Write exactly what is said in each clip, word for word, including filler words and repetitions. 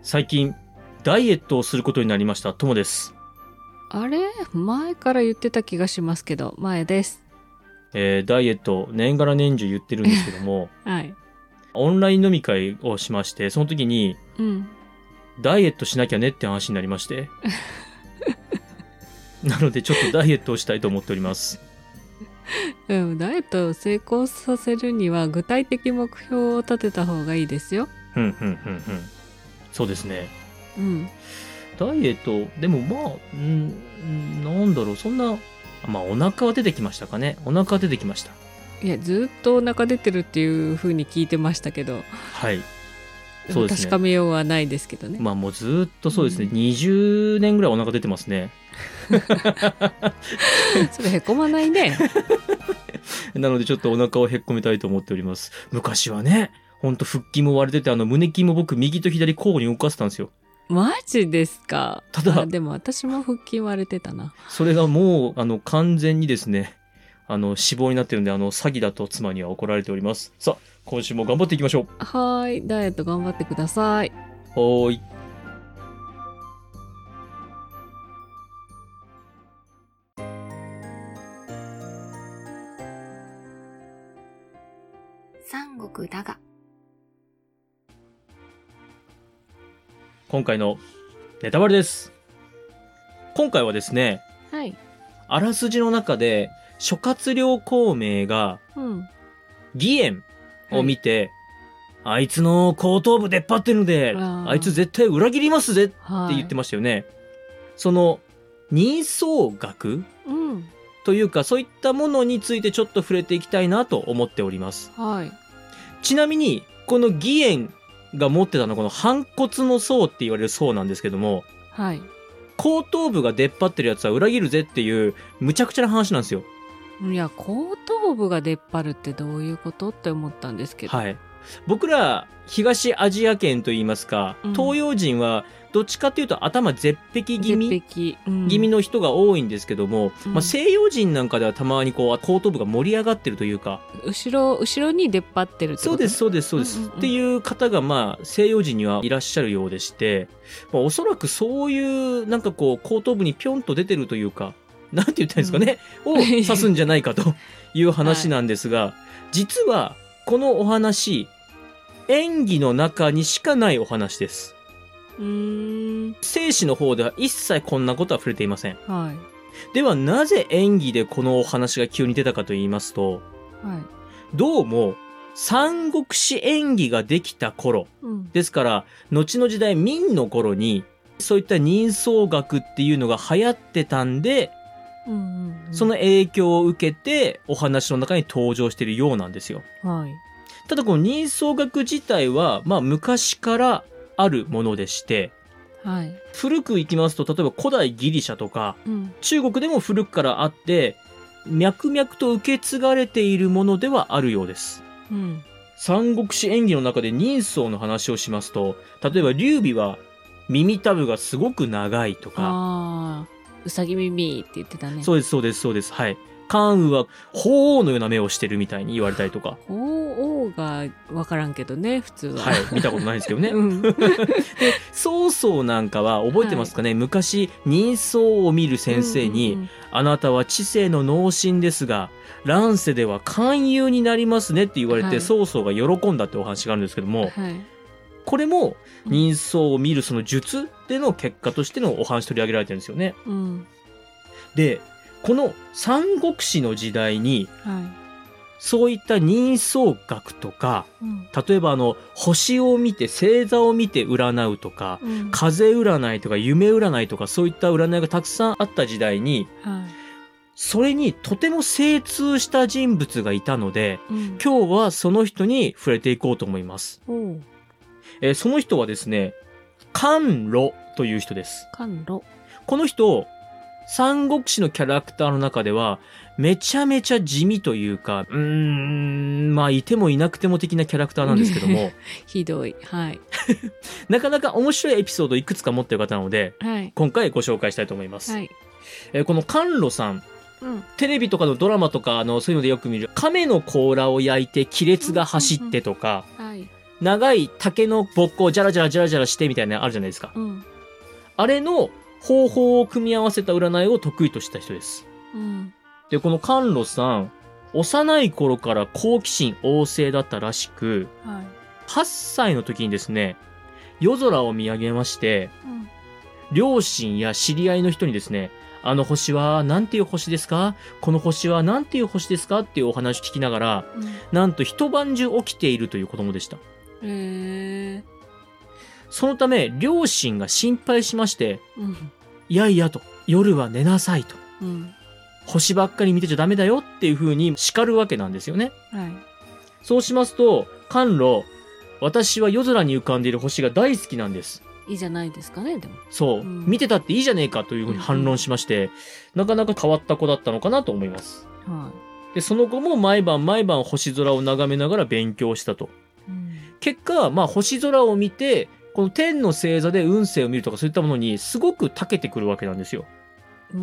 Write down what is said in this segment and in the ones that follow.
最近ダイエットをすることになりましたともです。 あれ前から言ってた気がしますけど、前です。 えー、ダイエット年がら年中言ってるんですけどもはいオンライン飲み会をしまして、その時にうんダイエットしなきゃねって話になりましてなのでちょっとダイエットをしたいと思っております。 うん、ダイエットを成功させるには具体的目標を立てた方がいいですよ。 ふんふんふんふん。そうですね。 うんダイエットでもまあんなんだろう、そんなまあお腹は出てきましたかね。お腹は出てきました。 いや、ずっとお腹出てるっていう風に聞いてましたけど、 はい。そうですね。 確かめようはないですけどね。 まあもうずっとそうですね、 うん、 にじゅうねんぐらいお腹出てますねそれへこまないねなのでちょっとお腹をへっこめたいと思っております。昔はね、ほんと腹筋も割れてて、あの胸筋も僕右と左交互に動かせたんですよ。 マジですか。 ただあでも私も腹筋割れてたな。 それがもうあの完全にですね、あの脂肪になってるんで、あの詐欺だと妻には怒られております。さあ今週も頑張っていきましょう。 はーい、ダイエット頑張ってください。 はーい。 三国だが。 今回のネタバレです。今回はですね、 はい。 あらすじの中で諸葛亮孔明がうん義援を見て、はい、あいつの後頭部出っ張ってるので、あいつ絶対裏切りますぜって言ってましたよね。はい、その人相学、うん、というかそういったものについてちょっと触れていきたいなと思っております。はい、ちなみにこの義援が持ってたのはこの反骨の相って言われる相なんですけども、はい、後頭部が出っ張ってるやつは裏切るぜっていうむちゃくちゃな話なんですよ。 いや、後頭部が出っ張るってどういうことって思ったんですけど。 はい。僕ら東アジア圏といいますか、うん、東洋人はどっちかっていうと頭絶壁気味、絶壁、うん、気味の人が多いんですけども、うん、まあ、西洋人なんかではたまにこう後頭部が盛り上がってるというか、 後ろ後ろに出っ張ってるってこと。 そうですそうですそうです、うんうんうん、っていう方がまあ西洋人にはいらっしゃるようでして、まあ、おそらくそういうなんかこう後頭部にピョンと出てるというか、なんて言ったらいいんですかね、うん、を指すんじゃないかという話なんですが、はい、実はこのお話演技の中にしかないお話です。うーん、正史の方では一切こんなことは触れていません。はい、ではなぜ演技でこのお話が急に出たかと言いますと、はい、どうも三国志演技ができた頃、うん、ですから後の時代明の頃にそういった人相学っていうのが流行ってたんで、うんうんうん、その影響を受けてお話の中に登場しているようなんですよ。はい、ただこの人相学自体はまあ昔からあるものでして、はい、古くいきますと例えば古代ギリシャとか、うん、中国でも古くからあって脈々と受け継がれているものではあるようです。うん、三国志演義の中で人相の話をしますと、例えば劉備は耳たぶがすごく長いとか、 あうさぎ耳って言ってたね。 そうですそうですそうです。はい。関羽は鳳凰のような目をしてるみたいに言われたりとか。 鳳凰が分からんけどね、普通は。 はい、見たことないですけどね。うん、で曹操なんかは覚えてますかね、はい、昔人相を見る先生に、うんうんうん、あなたは知性の脳神ですが乱世では勧誘になりますねって言われて、はい、曹操が喜んだってお話があるんですけども、はい、これも人相を見るその術での結果としてのお話取り上げられてるんですよね。うん、でこの三国志の時代に、はい、そういった人相学とか、うん、例えばあの星を見て星座を見て占うとか、うん、風占いとか夢占いとかそういった占いがたくさんあった時代に、はい、それにとても精通した人物がいたので、うん、今日はその人に触れていこうと思います。えー、その人はですね、関露という人です。 関露。 この人三国志のキャラクターの中ではめちゃめちゃ地味というか、うーん、まあいてもいなくても的なキャラクターなんですけどもひどい、はいなかなか面白いエピソードいくつか持っている方なので、はい、今回ご紹介したいと思います、はい、えー、この関露さん、うん、テレビとかのドラマとかあのそういうのでよく見る亀の甲羅を焼いて亀裂が走ってとか、うんうん、はい、 長い竹のぼっこをジャラジャラジャラジャラしてみたいなのあるじゃないですか。 うん。 あれの方法を組み合わせた占いを得意とした人です。 うん。 で、この甘露さん、幼い頃から好奇心旺盛だったらしく、 はい。 はっさいの時にですね、夜空を見上げまして、 うん。 両親や知り合いの人にですね、あの星は何ていう星ですか？この星は何ていう星ですか？っていうお話を聞きながら、 うん。 なんと一晩中起きているという子供でした。 へえ。 そのため、両親が心配しまして、 うん。 いやいやと、夜は寝なさいと。 うん。 星ばっかり見てちゃダメだよっていう風に叱るわけなんですよね。 はい。 そうしますと、甘露、私は夜空に浮かんでいる星が大好きなんです。 いいじゃないですかね、でも。 そう、 うん、 見てたっていいじゃねえかというふうに反論しまして、うんうん、なかなか変わった子だったのかなと思います。 はい、 で、その後も毎晩毎晩星空を眺めながら勉強したと。うん、結果、まあ星空を見て、この天の星座で運勢を見るとかそういったものにすごく長けてくるわけなんですよ。 うん、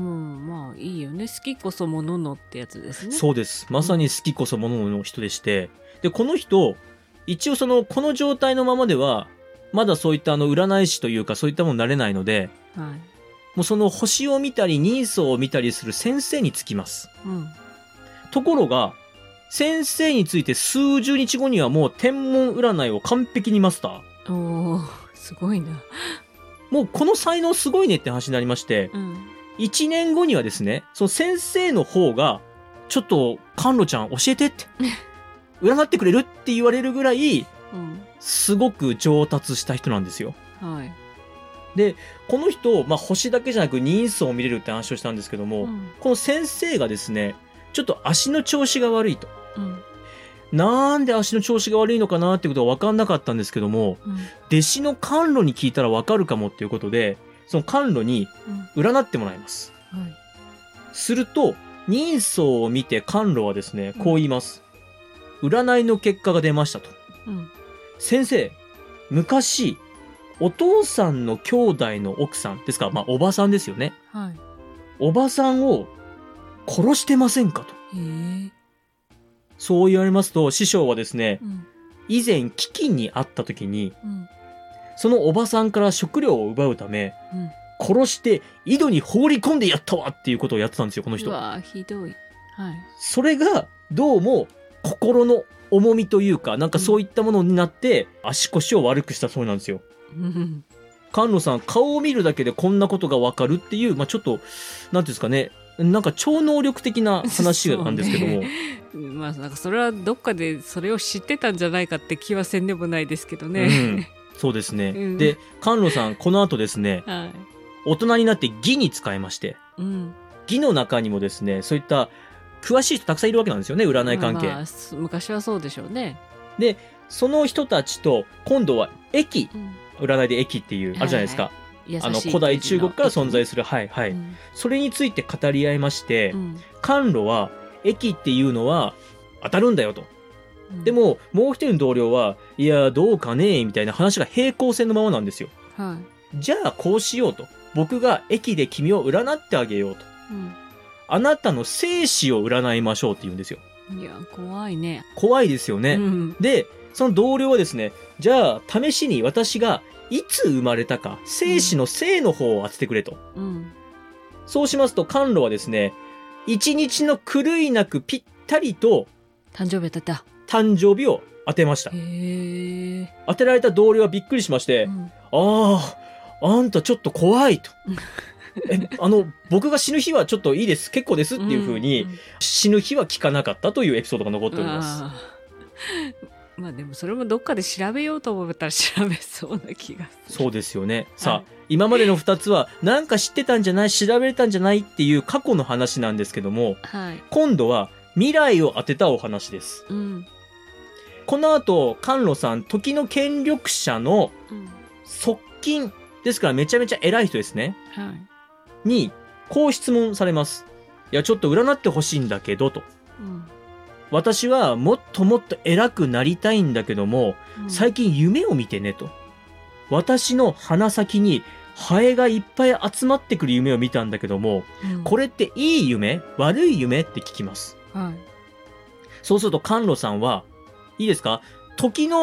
まあいいよね。好きこそもののってやつですね。 そうです。まさに好きこそものの人でして、で、この人、一応その、この状態のままでは、まだそういったあの占い師というかそういったものになれないので、はい、もうその星を見たり人相を見たりする先生につきます。うん、ところが、先生について数十日後にはもう天文占いを完璧にマスター。 おー、すごいな。 もうこの才能すごいねって話になりまして、うん、いちねんごにはですね、その先生の方が、ちょっと甘露ちゃん教えてって、占ってくれるって言われるぐらい、うん、すごく上達した人なんですよ。はい。で、この人、まあ、星だけじゃなく人相を見れるって話をしたんですけども、うん、この先生がですね、ちょっと足の調子が悪いと。うん、なんで足の調子が悪いのかなってことは分かんなかったんですけども、うん、弟子の甘露に聞いたら分かるかもっていうことで、その甘露に占ってもらいます。うんはい、すると、人相を見て甘露はですね、こう言います。うん、占いの結果が出ましたと。うん先生、昔、お父さんの兄弟の奥さんですから、まあ、おばさんですよね。はい。おばさんを殺してませんかと。へえ。そう言われますと、師匠はですね、うん、以前飢饉にあった時に、うん、そのおばさんから食料を奪うため、うん、殺して井戸に放り込んでやったわっていうことをやってたんですよ、この人。 うわ、ひどい。はい。 それが、どうも、心の重みというか、なんかそういったものになって、足腰を悪くしたそうなんですよ。甘露さん、顔を見るだけでこんなことがわかるっていう、まあちょっと、なんていうんですかね、なんか超能力的な話なんですけども。ね、 まあなんかそれはどっかでそれを知ってたんじゃないかって気はせんでもないですけどね。 うん、そうですね。うん、で、甘露さん、この後ですね、はい、大人になって義に使いまして、うん、義の中にもですね、そういった詳しい人たくさんいるわけなんですよね、占い関係。まあまあ、 昔はそうでしょうね。 で、その人たちと、今度は駅、うん、占いで駅っていう、あるじゃないですか。はいはい、あの、古代中国から存在する、はいはい、うん。それについて語り合いまして、うん、甘露は、駅っていうのは当たるんだよと。うん、でも、もう一人の同僚は、いや、どうかねみたいな話が平行線のままなんですよ。はい、じゃあ、こうしようと。僕が駅で君を占ってあげようと。うんあなたの生死を占いましょうって言うんですよ。 いや、怖いね。 怖いですよね。うん、で、その同僚はですね、じゃあ、試しに私がいつ生まれたか、生死の生の方を当ててくれと。うん、そうしますと、甘露はですね、一日の狂いなくぴったりと、 誕生日当てた。 誕生日を当てました。へ当てられた同僚はびっくりしまして、うん、ああ、あんたちょっと怖いと。え、あの、僕が死ぬ日はちょっといいです。結構ですっていう風に、うんうん、死ぬ日は聞かなかったというエピソードが残っております。 あまあでもそれもどっかで調べようと思ったら調べそうな気がする。 そうですよね。さあ、はい、今までのふたつはなんか知ってたんじゃない調べれたんじゃないっていう過去の話なんですけども、はい、今度は未来を当てたお話です。うん、この後、甘露さん、時の権力者の側近ですからめちゃめちゃ偉い人ですね。はいに、こう質問されます。いや、ちょっと占ってほしいんだけど、と。うん、私はもっともっと偉くなりたいんだけども、うん、最近夢を見てね、と。私の鼻先にハエがいっぱい集まってくる夢を見たんだけども、うん、これっていい夢？悪い夢？って聞きます。はい、そうすると甘露さんは、いいですか？時の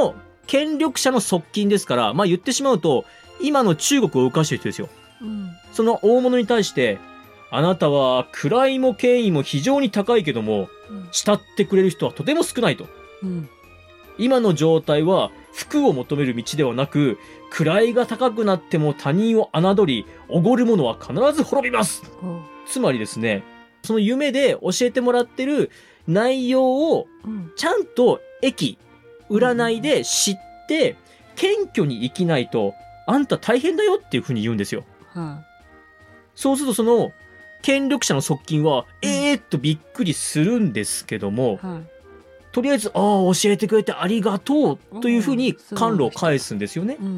権力者の側近ですから、まあ言ってしまうと今の中国を動かしている人ですよ。 うん、 その大物に対して、あなたは位も権威も非常に高いけども、 うん、 慕ってくれる人はとても少ないと。 うん、 今の状態は福を求める道ではなく、位が高くなっても他人を侮り、おごる者は必ず滅びます。つまりですね、その夢で教えてもらってる内容をちゃんと駅、占いで知って謙虚に生きないとあんた大変だよっていうふうに言うんですよ。 はあ、 そうするとその権力者の側近は、うん、えーっとびっくりするんですけども、 はあ、 とりあえず、ああ、教えてくれてありがとうというふうに甘露を返すんですよね。 うんうん、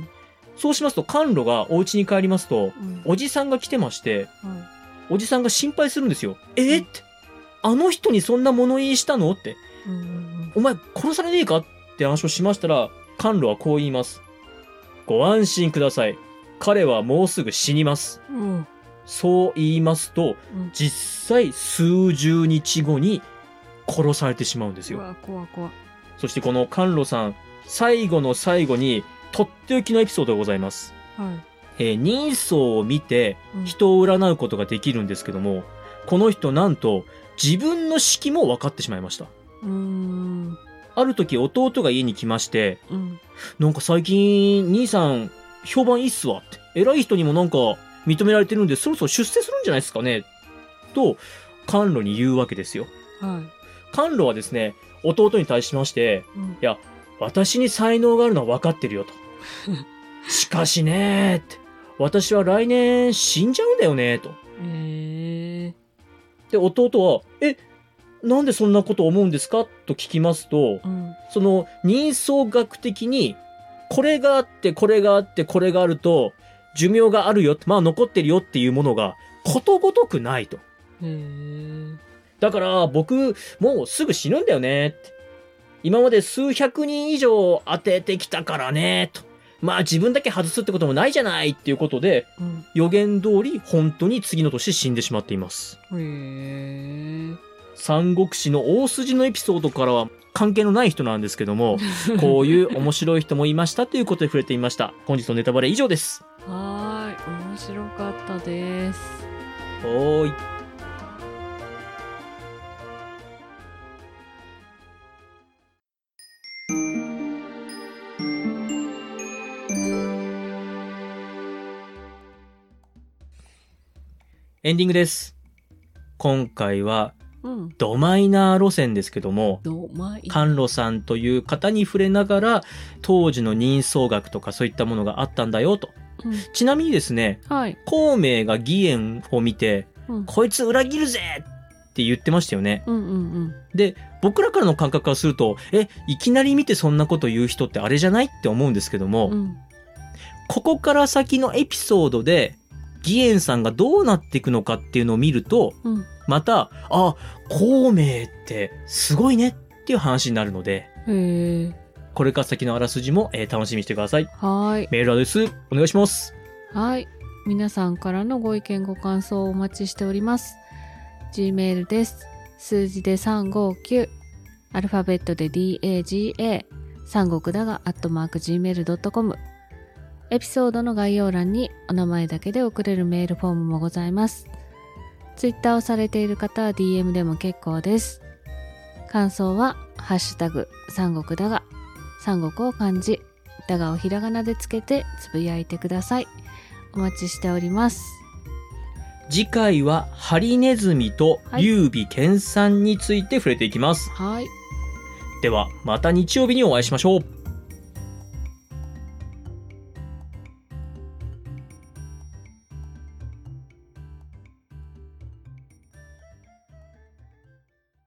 そうしますと甘露がお家に帰りますと、うん、おじさんが来てまして、うん、おじさんが心配するんですよ。えー、って、あの人にそんな物言いしたのって、うんうんうん、お前殺されねえかって話をしましたら、甘露はこう言います。ご安心ください。彼はもうすぐ死にます。うん、そう言いますと、うん、実際数十日後に殺されてしまうんですよ。 うわ、怖怖。 そしてこの甘露さん、最後の最後にとっておきのエピソードがございます。はい、えー、人相を見て人を占うことができるんですけども、うん、この人なんと自分の式も分かってしまいました。うーん、ある時弟が家に来まして、うん、なんか最近兄さん評判いいっすわって、偉い人にもなんか認められてるんでそろそろ出世するんじゃないですかねと甘露に言うわけですよ。はい、甘露はですね、弟に対しまして、うん、いや、私に才能があるのは分かってるよと。しかしねーって、私は来年死んじゃうんだよねと。へー。で、弟は、え、なんでそんなこと思うんですかと聞きますと、うん、その人相学的に、これがあって、これがあって、これがあると、寿命があるよ、まあ残ってるよっていうものがことごとくないと。へー。だから僕もうすぐ死ぬんだよねって。今まで数百人以上当ててきたからねと。まあ自分だけ外すってこともないじゃないっていうことで、うん、予言通り本当に次の年死んでしまっています。へー。三国志の大筋のエピソードからは関係のない人なんですけども、こういう面白い人もいましたということで触れてみました。本日のネタバレ以上です。 はーい、面白かったです。 はーい。エンディングです。今回は、うん、ドマイナー路線ですけども、甘露さんという方に触れながら当時の人相学とかそういったものがあったんだよと、うん、ちなみにですね、はい、孔明が義円を見て、うん、こいつ裏切るぜって言ってましたよね、うんうんうん、で僕らからの感覚からすると、え、いきなり見てそんなこと言う人ってあれじゃないって思うんですけども、うん、ここから先のエピソードで義円さんがどうなっていくのかっていうのを見ると、うん、また、あ、孔明ってすごいねっていう話になるので、へー、これから先のあらすじも、えー、楽しみにしてください。はい。メールアドレスお願いします。 はい。皆さんからのご意見ご感想をお待ちしております。Gmail です。数字でさんごきゅう、アルファベットで ダガ、三国だが、アットマーク ジーメールドットコム。エピソードの概要欄にお名前だけで送れるメールフォームもございます。ツイッターをされている方は ディーエム でも結構です。感想は、ハッシュタグ、三国だが、三国を漢字、だがをひらがなでつけてつぶやいてください。お待ちしております。 次回は、ハリネズミと劉備研鑽について触れていきます。はい。では、また日曜日にお会いしましょう。